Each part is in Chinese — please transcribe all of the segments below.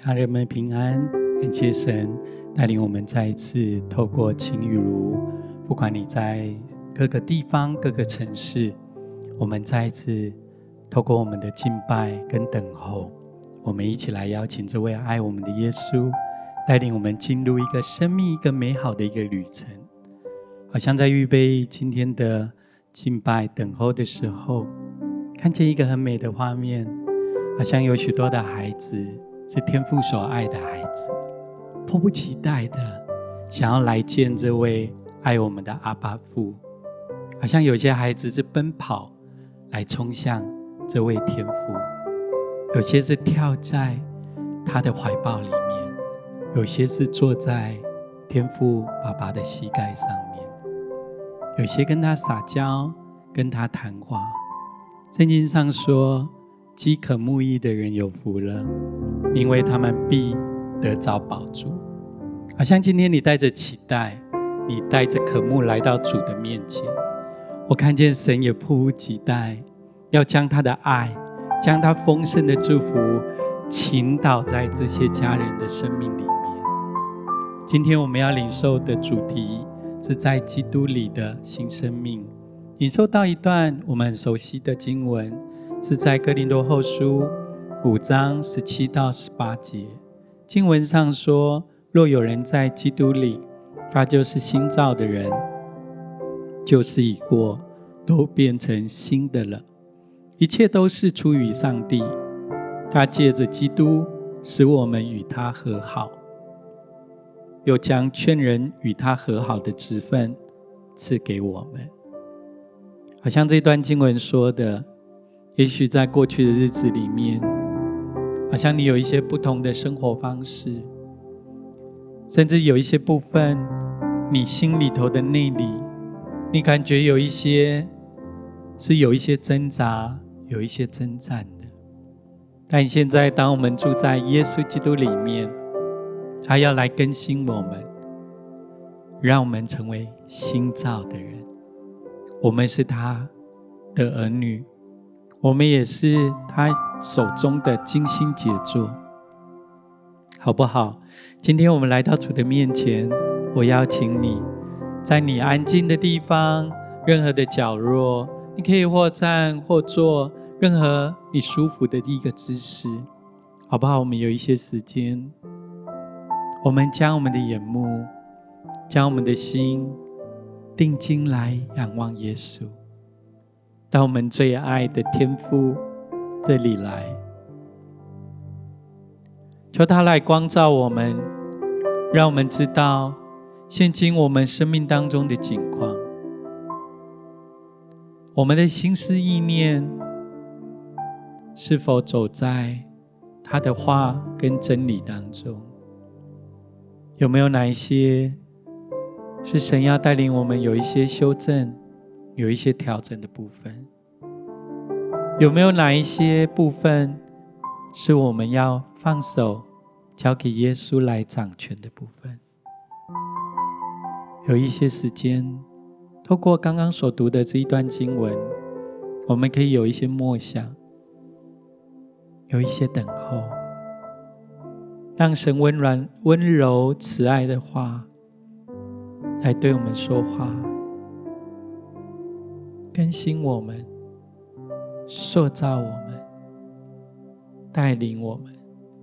家人们平安，感谢神带领我们再一次透过晴雨如，不管你在各个地方各个城市，我们再一次透过我们的敬拜跟等候，我们一起来邀请这位爱我们的耶稣带领我们进入一个生命一个美好的一个旅程。好像在预备今天的敬拜等候的时候，看见一个很美的画面，好像有许多的孩子是天父所爱的孩子，迫不及待的想要来见这位爱我们的阿爸父。好像有些孩子是奔跑来冲向这位天父，有些是跳在他的怀抱里面，有些是坐在天父爸爸的膝盖上面，有些跟他撒娇，跟他谈话。圣经上说，饥渴慕义的人有福了，因为他们必得着饱足。好像今天你带着期待，你带着渴慕来到主的面前，我看见神也迫不及待要将他的爱，将他丰盛的祝福倾倒在这些家人的生命里面。今天我们要领受的主题是在基督里的新生命。领受到一段我们很熟悉的经文，是在哥林多后书5章17到18节。经文上说，若有人在基督里，他就是新造的人，旧事已过，都变成新的了。一切都是出于上帝，他借着基督使我们与他和好，又将劝人与他和好的职分赐给我们。好像这段经文说的，也许在过去的日子里面，好像你有一些不同的生活方式，甚至有一些部分你心里头的内里，你感觉有一些挣扎，有一些征战的。但现在当我们住在耶稣基督里面，他要来更新我们，让我们成为新造的人。我们是他的儿女，我们也是他手中的精心杰作，好不好？今天我们来到主的面前，我邀请你在你安静的地方，任何的角落，你可以或站或坐，任何你舒服的一个姿势，好不好？我们有一些时间，我们将我们的眼目，将我们的心定睛来仰望耶稣，到我们最爱的天父这里来，求他来光照我们，让我们知道现今我们生命当中的境况，我们的心思意念是否走在他的话跟真理当中，有没有哪一些是神要带领我们有一些修正，有一些调整的部分？有没有哪一些部分是我们要放手交给耶稣来掌权的部分？有一些时间，透过刚刚所读的这一段经文，我们可以有一些默想，有一些等候，让神温柔慈爱的话来对我们说话，更新我们，塑造我们，带领我们。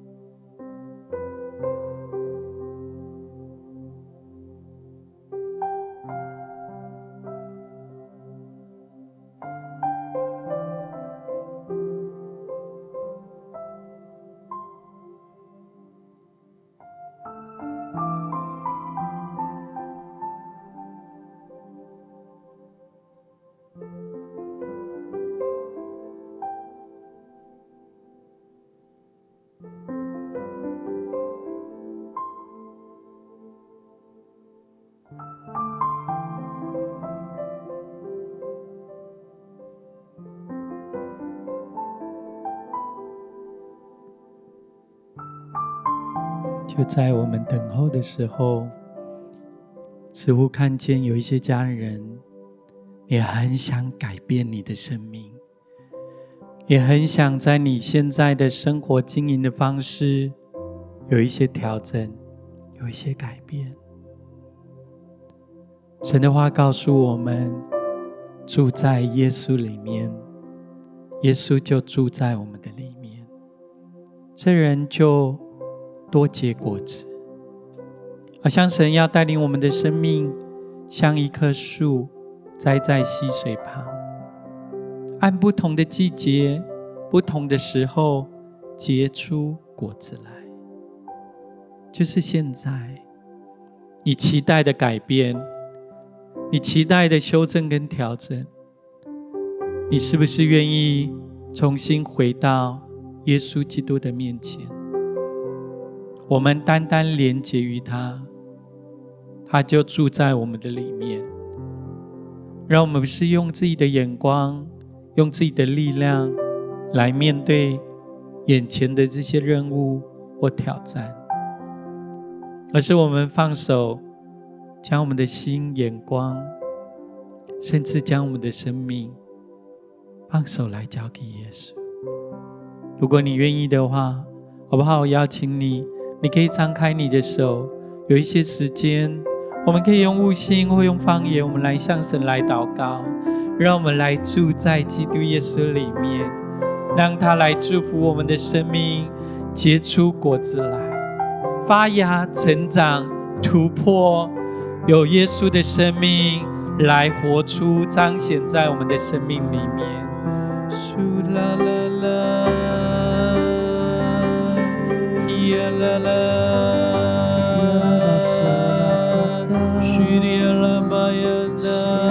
就在我们等候的时候，似乎看见有一些家人也很想改变你的生命，也很想在你现在的生活经营的方式有一些调整，有一些改变。神的话告诉我们，住在耶稣里面，耶稣就住在我们的里面，这人就多结果子。好像神要带领我们的生命，像一棵树栽在溪水旁，按不同的季节、不同的时候结出果子来。就是现在，你期待的改变，你期待的修正跟调整，你是不是愿意重新回到耶稣基督的面前？我们单单连结于他，他就住在我们的里面。让我们不是用自己的眼光，用自己的力量来面对眼前的这些任务或挑战，而是我们放手，将我们的心、眼光，甚至将我们的生命放手来交给耶稣。如果你愿意的话，好不好？我邀请你，你可以张开你的手，有一些时间，我们可以用悟性或用方言，我们来向神来祷告，让我们来住在基督耶稣里面，让他来祝福我们的生命，结出果子来，发芽、成长、突破，有耶稣的生命来活出、彰显在我们的生命里面。苏啦啦啦，基呀啦啦，虚呀啦巴呀啦，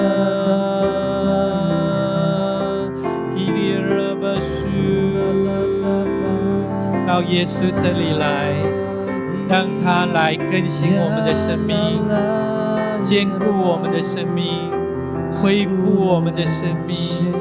基呀啦巴苏，到耶稣这里来，让他来更新我们的生命，坚固我们的生命，恢复我们的生命。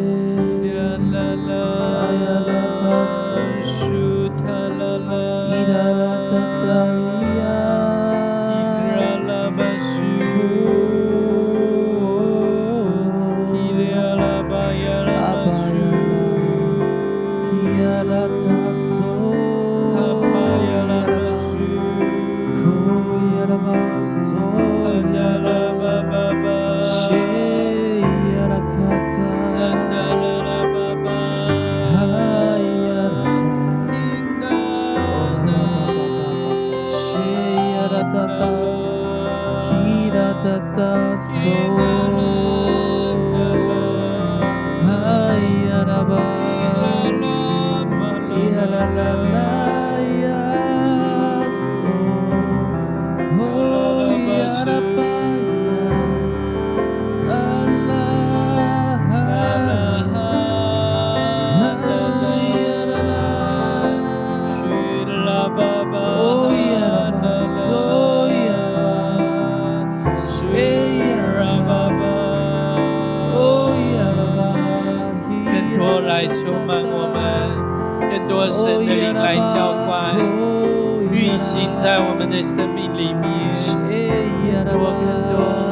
神的灵来浇灌，运行在我们的生命里面，更多更多。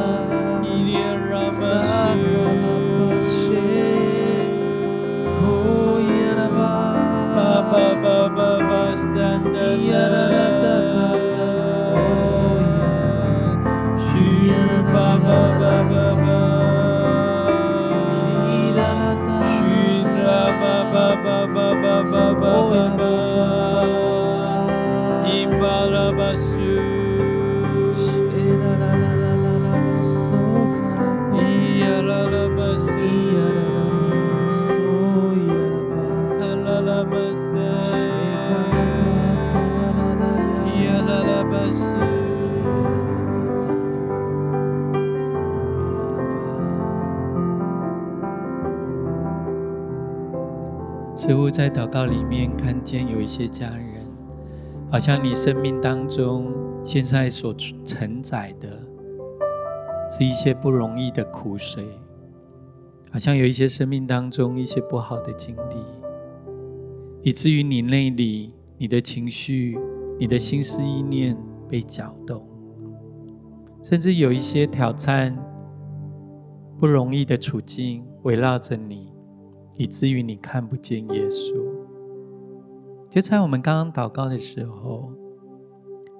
似乎在祷告里面看见有一些家人，好像你生命当中现在所承载的是一些不容易的苦水，好像有一些生命当中一些不好的经历，以至于你内里你的情绪、你的心思意念被搅动，甚至有一些挑战不容易的处境围绕着你，以至于你看不见耶稣。就在我们刚刚祷告的时候，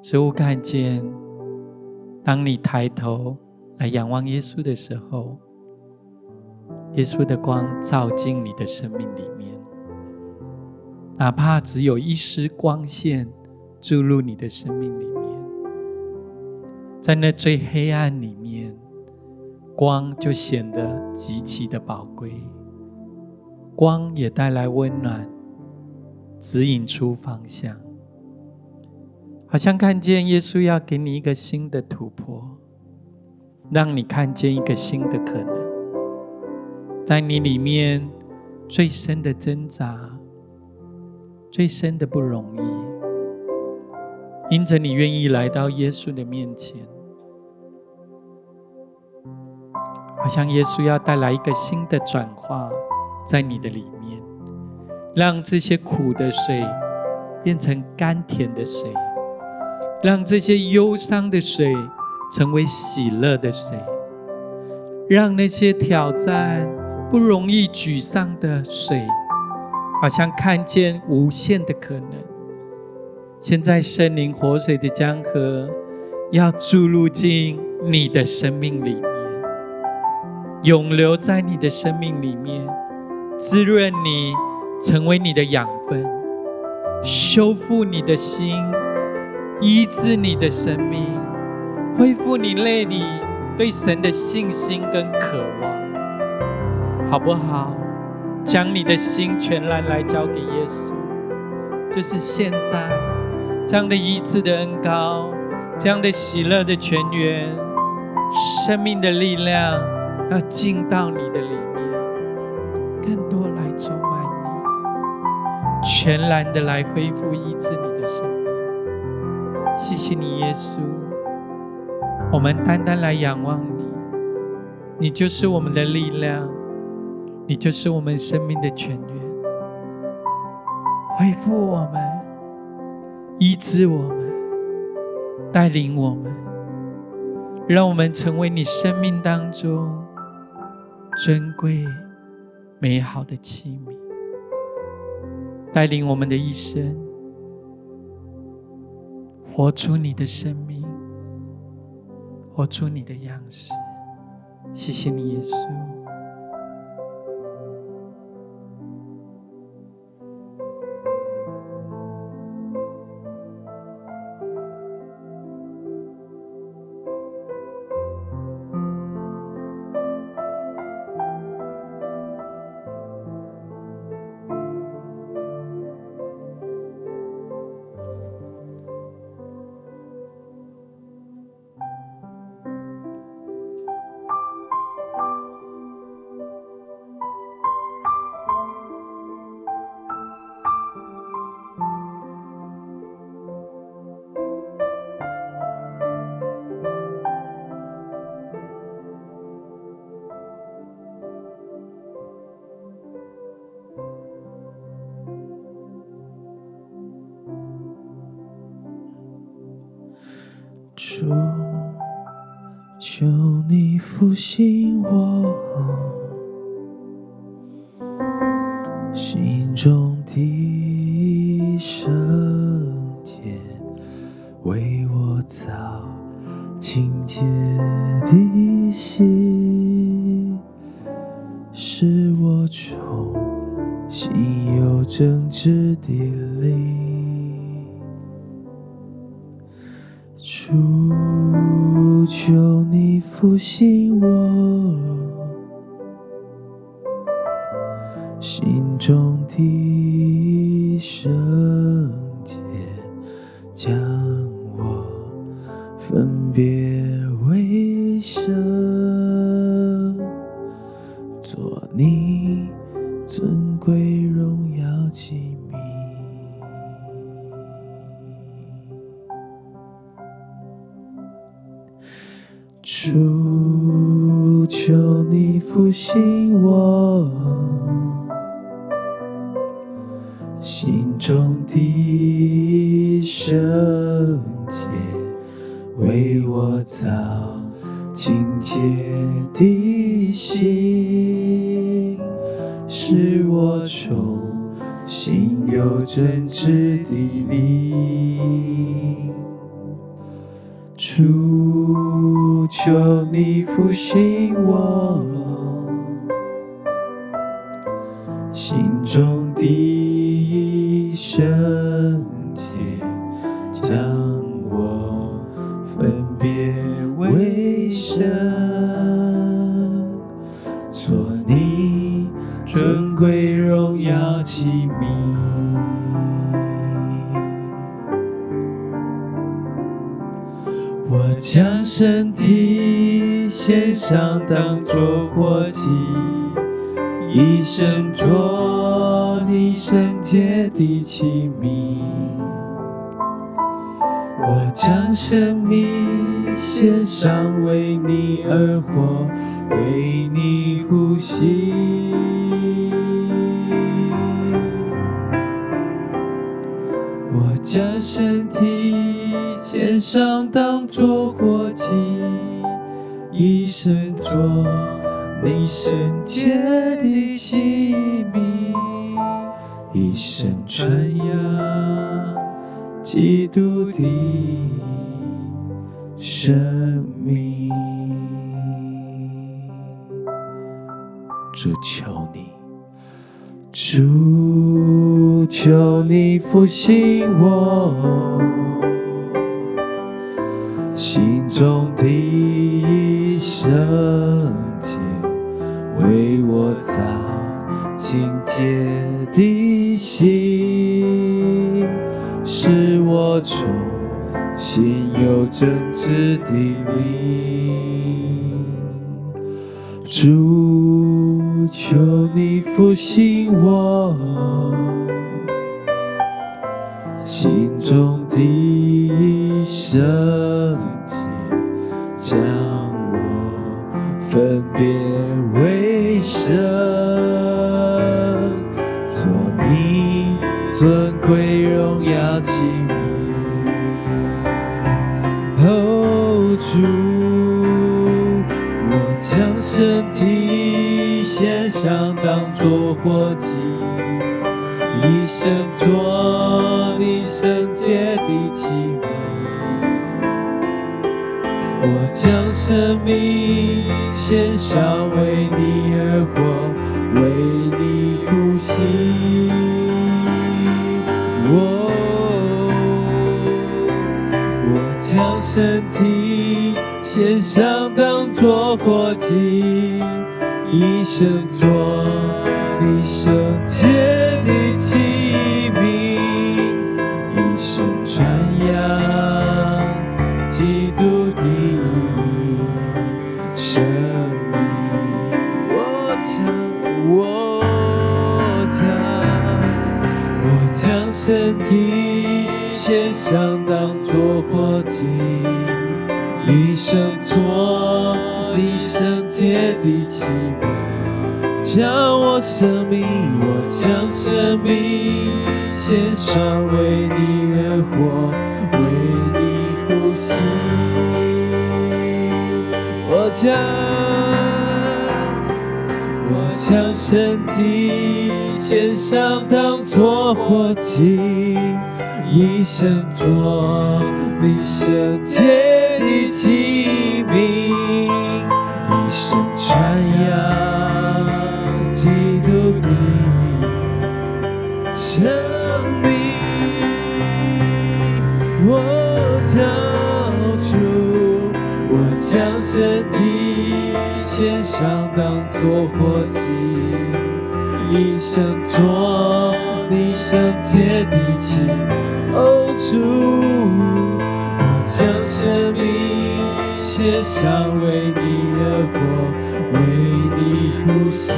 使我看见，当你抬头来仰望耶稣的时候，耶稣的光照进你的生命里面，哪怕只有一丝光线注入你的生命里面，在那最黑暗里面，光就显得极其的宝贵。光也带来温暖，指引出方向，好像看见耶稣要给你一个新的突破，让你看见一个新的可能。在你里面最深的挣扎，最深的不容易，因着你愿意来到耶稣的面前，好像耶稣要带来一个新的转化在你的里面，让这些苦的水变成甘甜的水，让这些忧伤的水成为喜乐的水，让那些挑战不容易沮丧的水，好像看见无限的可能。现在圣灵活水的江河要注入进你的生命里面，永留在你的生命里面，滋润你，成为你的养分，修复你的心，医治你的生命，恢复你内里对神的信心跟渴望，好不好？将你的心全然来交给耶稣，就是现在这样的医治的恩膏，这样的喜乐的泉源，生命的力量要进到你的里面，更多来充满你，全然的来恢复医治你的生命。谢谢你耶稣，我们单单来仰望你，你就是我们的力量，你就是我们生命的泉源，恢复我们，医治我们，带领我们，让我们成为你生命当中尊贵美好的器皿，带领我们的一生活出你的生命，活出你的样式。谢谢你耶稣。 主，求你复兴我心中的圣洁，为我造清洁的心，使我重新有正直的灵。主，求你复兴我心中的圣洁，将我分别为圣，做你尊贵荣耀器皿。主，求你复兴我心中的圣洁，为我造清洁的心，使我重新有正直的灵。 求你复兴我心中的圣洁，将我分别为圣，做你尊贵荣耀器皿。我将身体献上，当作活祭，一生做你圣洁的器皿。我将生命献上，为你而活，为你呼吸。我将身体献上，当作活祭，一生做你圣洁的器皿，一生传扬基督的生命。主求你，主求你复兴我心中的圣洁，为我造清洁的心，使我重新有正直的灵。主求你复兴我心中的圣洁，将我分别为圣，做你尊贵荣耀器皿。哦，主，我将身体献上，当作活祭，一生做你圣洁的器皿。我将生命献上，为你而活，为你呼吸。我将身体献上，当作活祭，一生做你圣洁的器皿，一生传扬基督的生命。我将身体献上，当作活祭，一生做你圣洁的器皿，将我生命，我将生命献上，为你而活，为你呼吸。我将身体献上，当作活祭，一生做你圣洁的器皿，一生传扬基督的生命。我将身体献上，当作活祭，一生做你圣洁的器皿。哦，主，我将生命献上，为你而活，为你呼吸。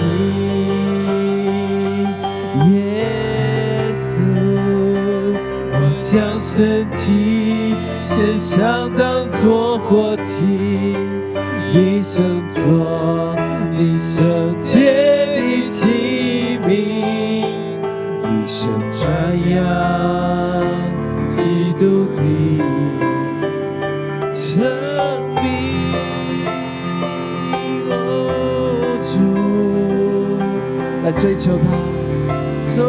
耶稣，我将身体献上，当作活祭，一生做你圣洁的器皿，一生传扬基督的生命。哦，主，来追求他。So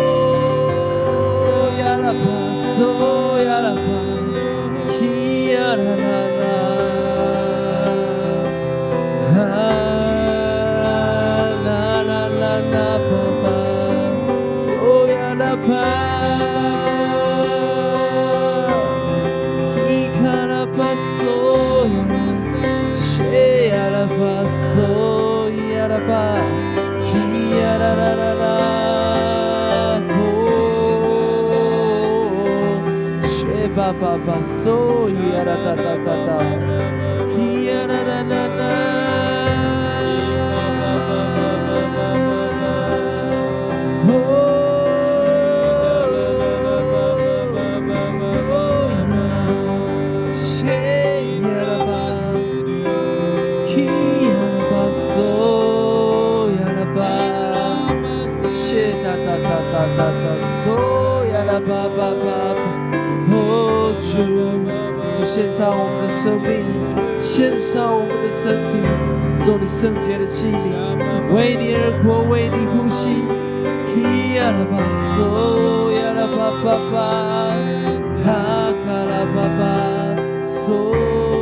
ya la pa, so ya la pa, ki ya la la la. 巴巴巴嗦呀啦哒哒哒哒，咿呀啦啦啦啦。主献上我们的生命，献上我们的身体，做你圣洁的器皿，为你而活，为你呼吸。呀啦巴嗦呀啦巴巴巴，哈卡啦巴巴嗦。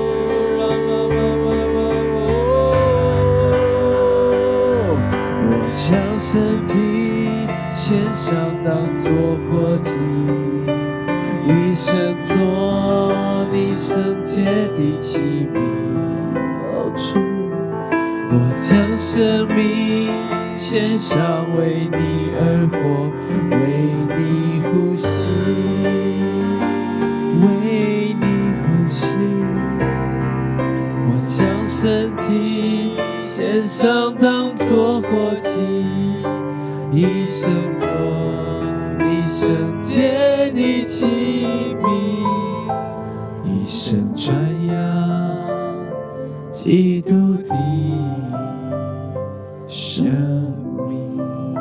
我将身体献上当作活祭，一生做你圣洁的器皿。主，我将生命献上，为你而活，为你呼吸，为你呼吸。我将身体献上当作活祭，一生做你圣洁的器皿，一生传扬基督的生命，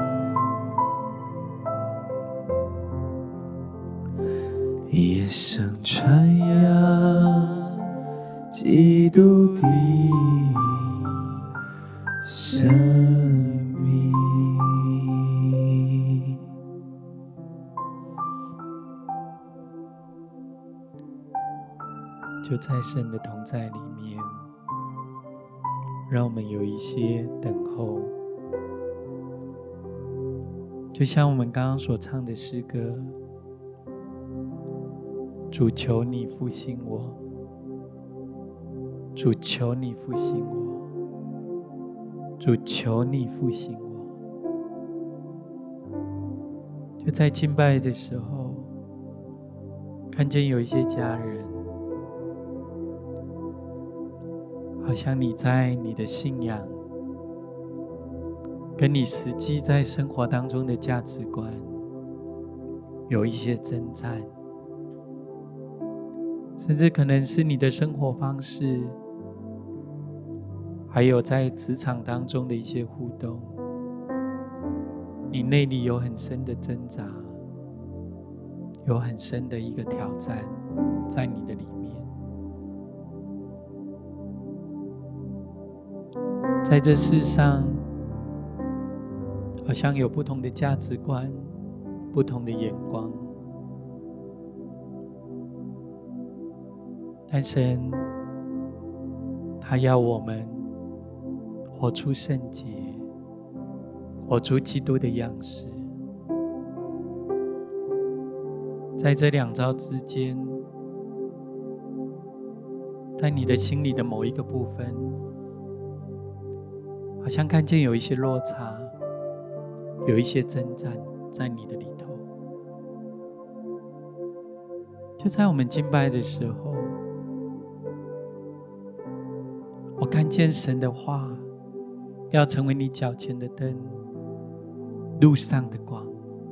一生传扬基督的生命。 就在神的同在里面，让我们有一些等候，就像我们刚刚所唱的诗歌，主求你复兴我，主求你复兴我，主求你复兴我。就在敬拜的时候，看见有一些家人，好像你在你的信仰跟你实际在生活当中的价值观有一些征战，甚至可能是你的生活方式，还有在职场当中的一些互动，你内里有很深的挣扎，有很深的一个挑战在你的里面。在这世上，好像有不同的价值观，不同的眼光，但神他要我们活出圣洁，活出基督的样式。在这两招之间，在你的心里的某一个部分，好像看见有一些落差，有一些征战在你的里头。就在我们敬拜的时候，我看见神的话要成为你脚前的灯，路上的光。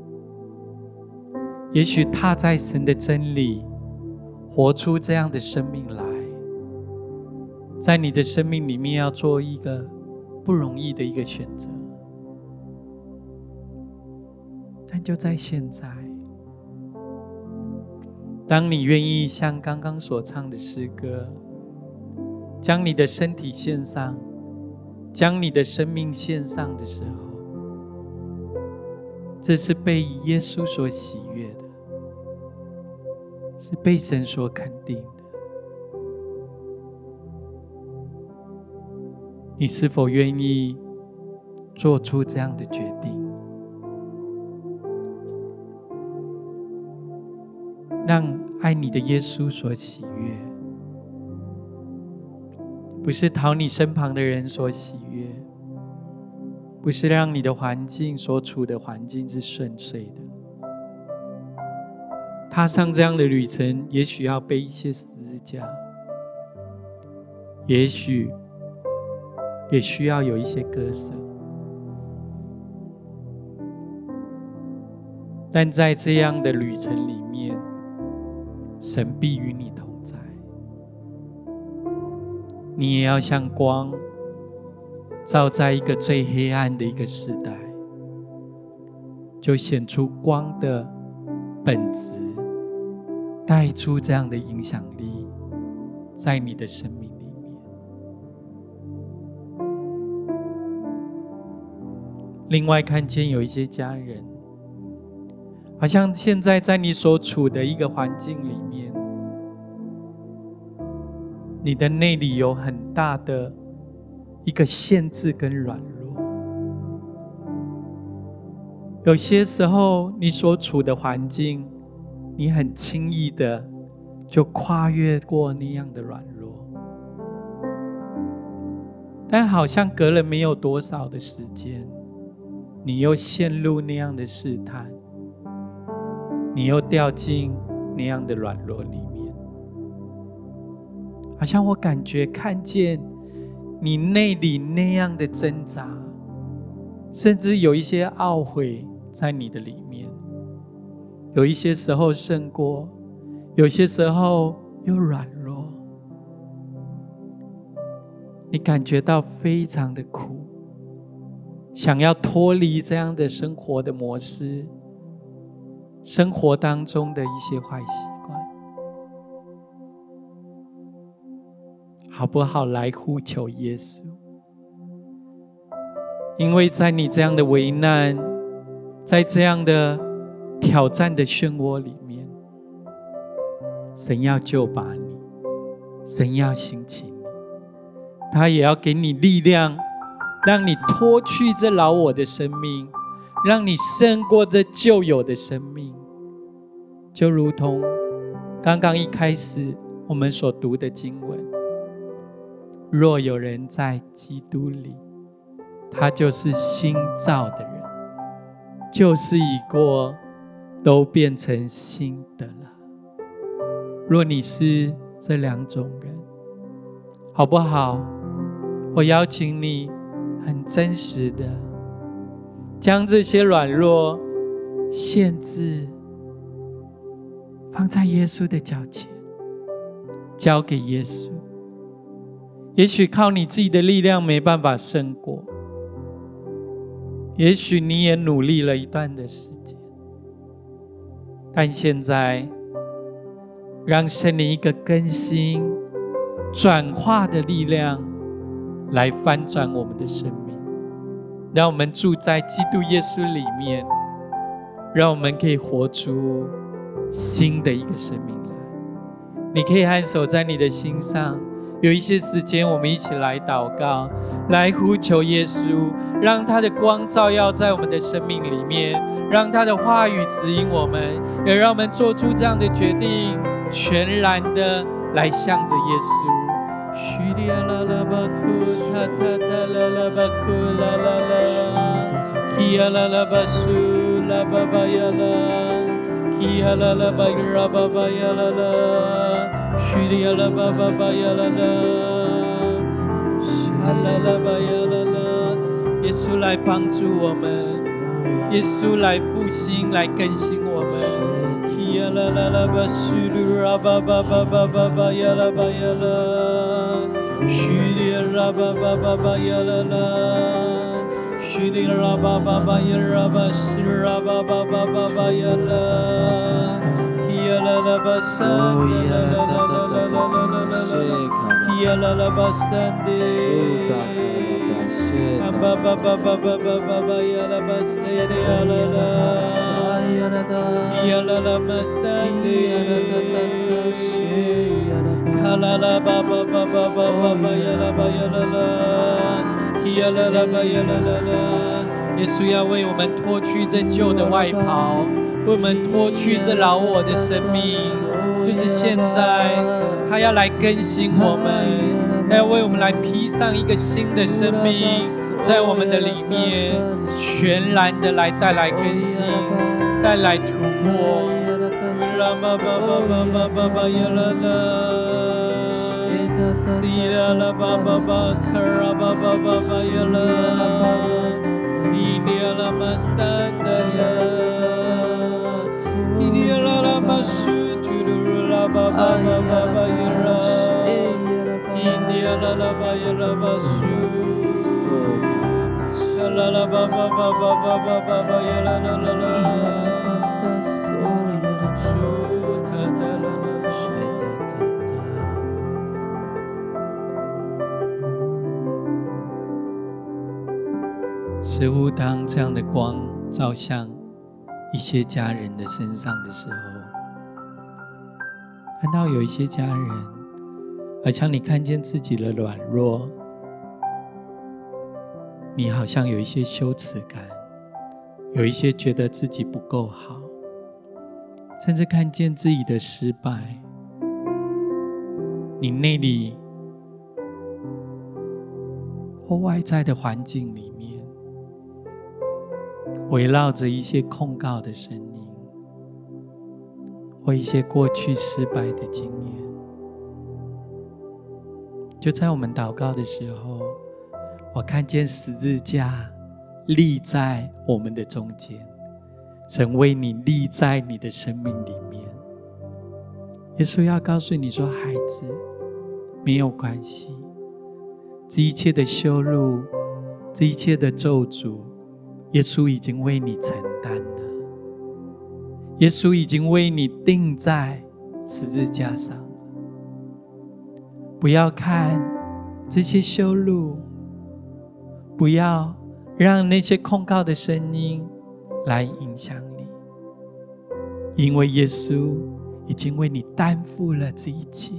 也许踏在神的真理，活出这样的生命来，在你的生命里面要做一个不容易的一个选择，但就在现在，当你愿意像刚刚所唱的诗歌，将你的身体献上，将你的生命献上的时候，这是被耶稣所喜悦的，是被神所肯定的。你是否愿意做出这样的决定，让爱你的耶稣所喜悦，不是讨你身旁的人所喜悦，不是让你的环境所处的环境是顺遂的， 踏上这样的旅程，也许要背一些十字架，也许也需要有一些割舍，但在这样的旅程里面，神必与你同在。你也要像光照在一个最黑暗的一个时代，就显出光的本质，带出这样的影响力在你的生命里面。另外看见有一些家人，好像现在在你所处的一个环境里面，你的内里有很大的一个限制跟软弱。有些时候你所处的环境，你很轻易的就跨越过那样的软弱，但好像隔了没有多少的时间，你又陷入那样的试探，你又掉进那样的软弱里面。好像我感觉看见你内里那样的挣扎，甚至有一些懊悔在你的里面，有一些时候胜过，有些时候又软弱，你感觉到非常的苦，想要脱离这样的生活的模式，生活当中的一些坏习惯，好不好来呼求耶稣？因为在你这样的危难，在这样的挑战的漩涡里面，神要救拔你，神要兴起你，他也要给你力量，让你脱去这老我的生命，让你胜过这旧有的生命。就如同刚刚一开始我们所读的经文，若有人在基督里，他就是新造的人，旧事已过，都变成新的了。若你是这两种人，好不好？我邀请你很真实的将这些软弱、限制放在耶稣的脚前，交给耶稣。也许靠你自己的力量没办法胜过，也许你也努力了一段的时间，但现在让圣灵一个更新转化的力量来翻转我们的生命，让我们住在基督耶稣里面，让我们可以活出新的一个生命来。你可以按手在你的心上，有一些时间我们一起来祷告，来呼求耶稣，让他的光照耀在我们的生命里面，让他的话语指引我们，也让我们做出这样的决定，全然的来向着耶稣。耶稣来帮助我们，耶稣来复兴，来更新我们。耶稣要为我们脱去这旧的外袍，为我们脱去这老我的生命，就是现在他要来更新我们，他要为我们来披上一个新的生命，在我们的里面全然的来带来更新，带来突破。 似乎当这样的光照向一些家人的身上的时候，看到有一些家人好像你看见自己的软弱，你好像有一些羞耻感，有一些觉得自己不够好，甚至看见自己的失败，你内里或外在的环境里面围绕着一些控告的声音，或一些过去失败的经验。就在我们祷告的时候，我看见十字架立在我们的中间，神为你立在你的生命里面。耶稣要告诉你说，孩子，没有关系，这一切的羞辱，这一切的咒诅，耶稣已经为你承担了，耶稣已经为你钉在十字架上了。不要看这些羞辱，不要让那些控告的声音来影响你，因为耶稣已经为你担负了这一切。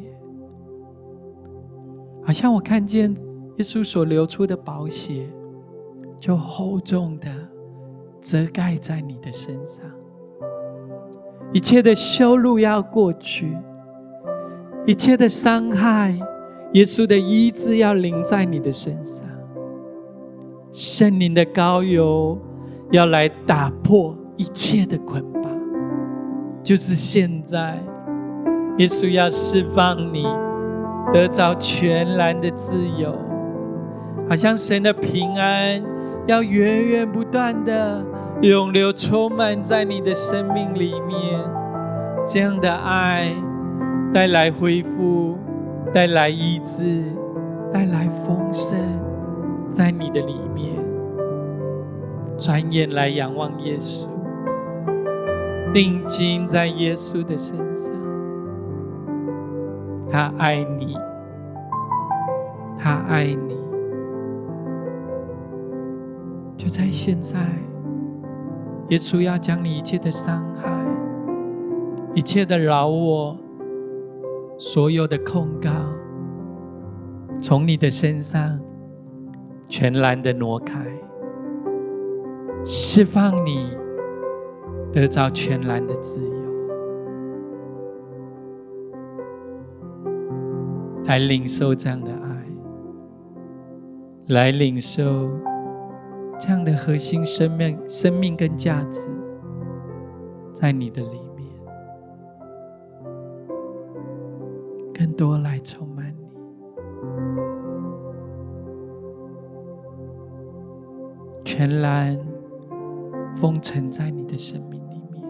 好像我看见耶稣所流出的宝血就厚重的遮盖在你的身上，一切的羞辱要过去，一切的伤害，耶稣的医治要临在你的身上，圣灵的膏油要来打破一切的捆绑。就是现在，耶稣要释放你，得着全然的自由，好像神的平安要源源不断的涌流充满在你的生命里面。这样的爱带来恢复，带来医治，带来丰盛在你的里面。转眼来仰望耶稣，定睛在耶稣的身上，他爱你，他爱你。就在现在，耶稣要将你一切的伤害，一切的饶我，所有的控告，从你的身上全然的挪开，释放你，得着全然的自由。来领受这样的爱，来领受这样的核心生命跟价值在你的里面，更多来充满你。全然封存在你的生命里面，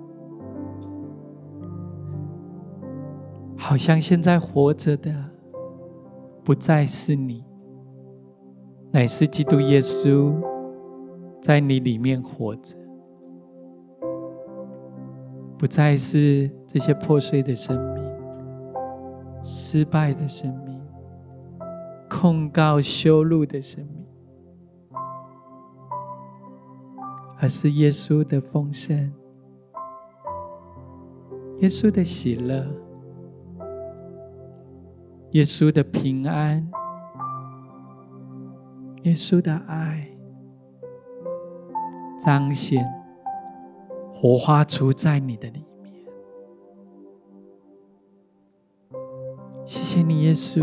好像现在活着的不再是你，乃是基督耶稣在你里面活着，不再是这些破碎的生命、失败的生命、控告羞辱的生命，而是耶稣的丰盛，耶稣的喜乐，耶稣的平安，耶稣的爱，彰显活化出在你的里面。谢谢你，耶稣，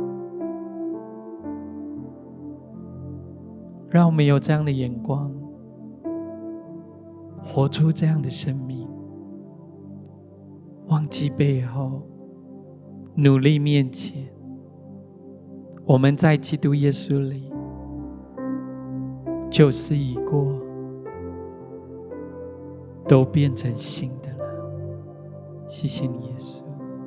让我们有这样的眼光，活出这样的生命， 忘记背后，努力面前。我们在基督耶稣里，旧事已过，都变成新的了。谢谢你，耶稣。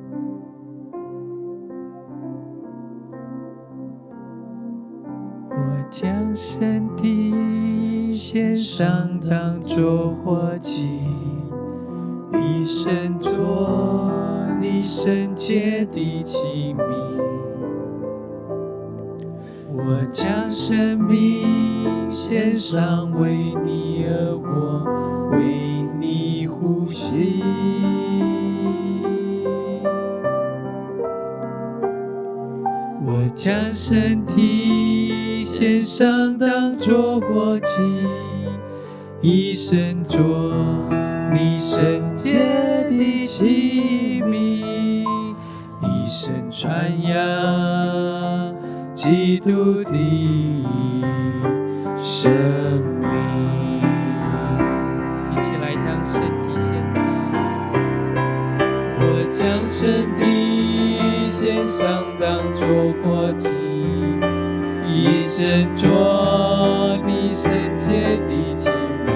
我将身体献上，当作活祭，一生做你圣洁的器皿。我将生命献上，为你而活，为你呼吸。我将身体献上，当作活祭，一生做你圣洁的器皿，一生传扬基督的生命。一起来将身体献上。我将身体献上，当作活祭，一生做你圣洁的器皿。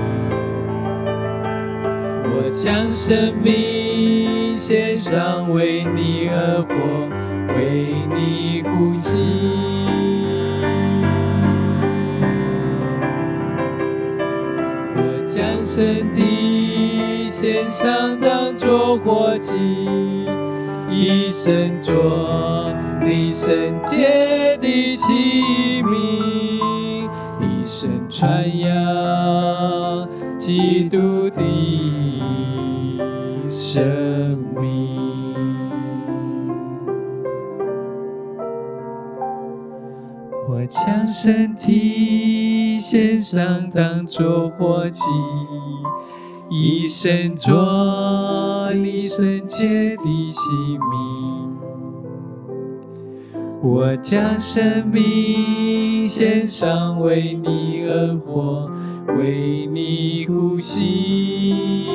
我将生命献上，为你而活，为你呼吸。我将身体献上，当作活祭，一生做你圣洁的器皿，一生传扬基督的生命。我将身体献上，当作活祭，一生做你圣洁的器皿。我将生命献上，为你而活，为你呼吸。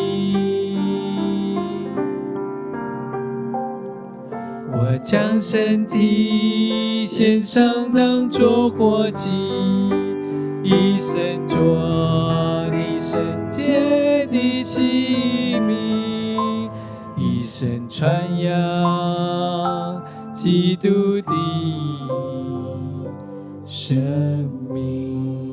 我将身体献上，当作活祭，一生做你圣洁的器皿，一生传扬基督的生命。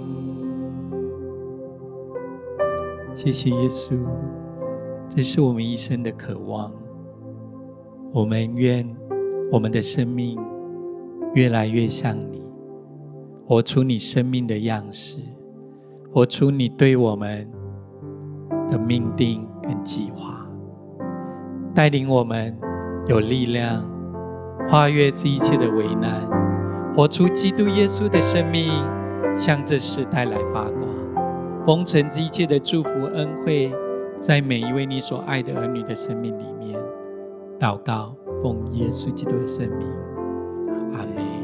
谢谢耶稣，这是我们一生的渴望。我们愿我们的生命越来越像你，活出你生命的样式，活出你对我们的命定跟计划，带领我们有力量跨越这一切的危难，活出基督耶稣的生命，向这世代来发光。封存这一切的祝福恩惠，在每一位你所爱的儿女的生命里面。祷告，奉耶稣基督的圣名，阿们。